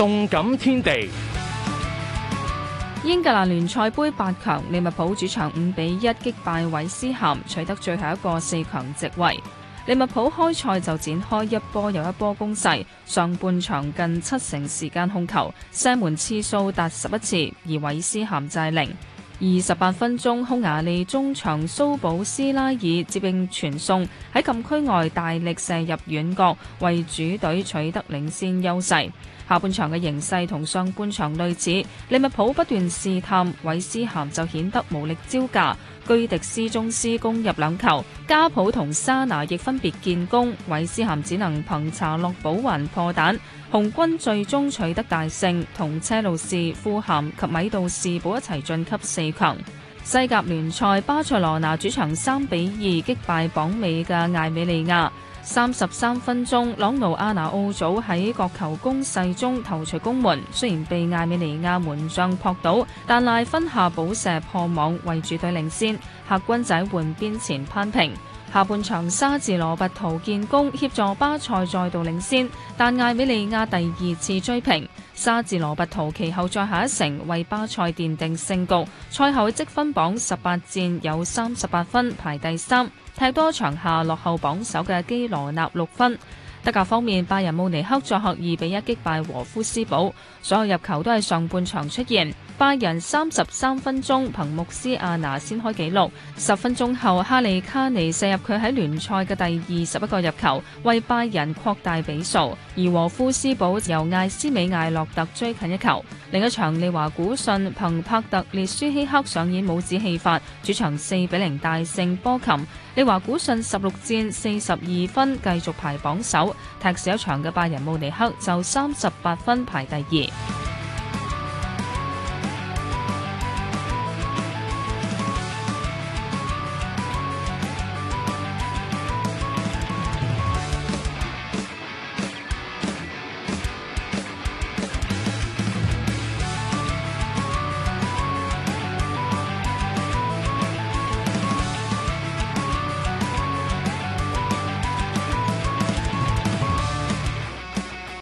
動感天地。 英格蘭聯賽盃8強，利物浦主場5-1擊敗韋斯咸，取得最後一個4強席位。利物浦開賽就展開一波又一波攻勢，上半場近70%時間控球，射門次數達11次，而韋斯咸就係0。28分鐘，匈牙利中場蘇保斯拉爾接應傳送，喺禁區外大力射入遠角，為主隊取得領先優勢。下半場嘅形勢同上半場類似，利物浦不斷試探，韋斯咸就顯得無力招架。居迪斯宗斯攻入2球，加普同沙拿亦分別建功，韋斯咸只能憑查洛保雲破蛋。紅軍最終取得大勝，同車路士、富咸及米杜士堡一齊晉級4強。西甲聯賽，巴塞羅那主場3-2擊敗榜尾嘅艾美利亞。33分鐘，朗奴阿拿奧祖喺角球攻勢中頭槌攻門，雖然被艾美利亞門將撲倒，但賴芬下補射破網，為主隊領先。客軍仔換邊前扳平。下半場沙治羅拔圖建功，協助巴塞再度領先，但艾美利亞第2次追平。沙治羅拔圖其後再下一城，為巴塞奠定勝局。賽後積分榜18戰有38分，排第3。踢多場下落後榜首嘅基羅納6分。德甲方面，拜仁慕尼黑作客2-1擊敗和夫斯堡，所有入球都係上半場出現。拜仁33分鐘憑穆斯亞拿先開紀錄，10分鐘後哈利卡尼射入佢喺聯賽嘅第21個入球，為拜仁擴大比數。而和夫斯堡由艾斯美艾洛特追近1球。另一場利華古遜憑帕特列舒希克上演帽子戲法，主場4-0大勝波琴。利華古遜16戰42分，繼續排榜首。踢少一場嘅拜仁慕尼黑就38分排第2。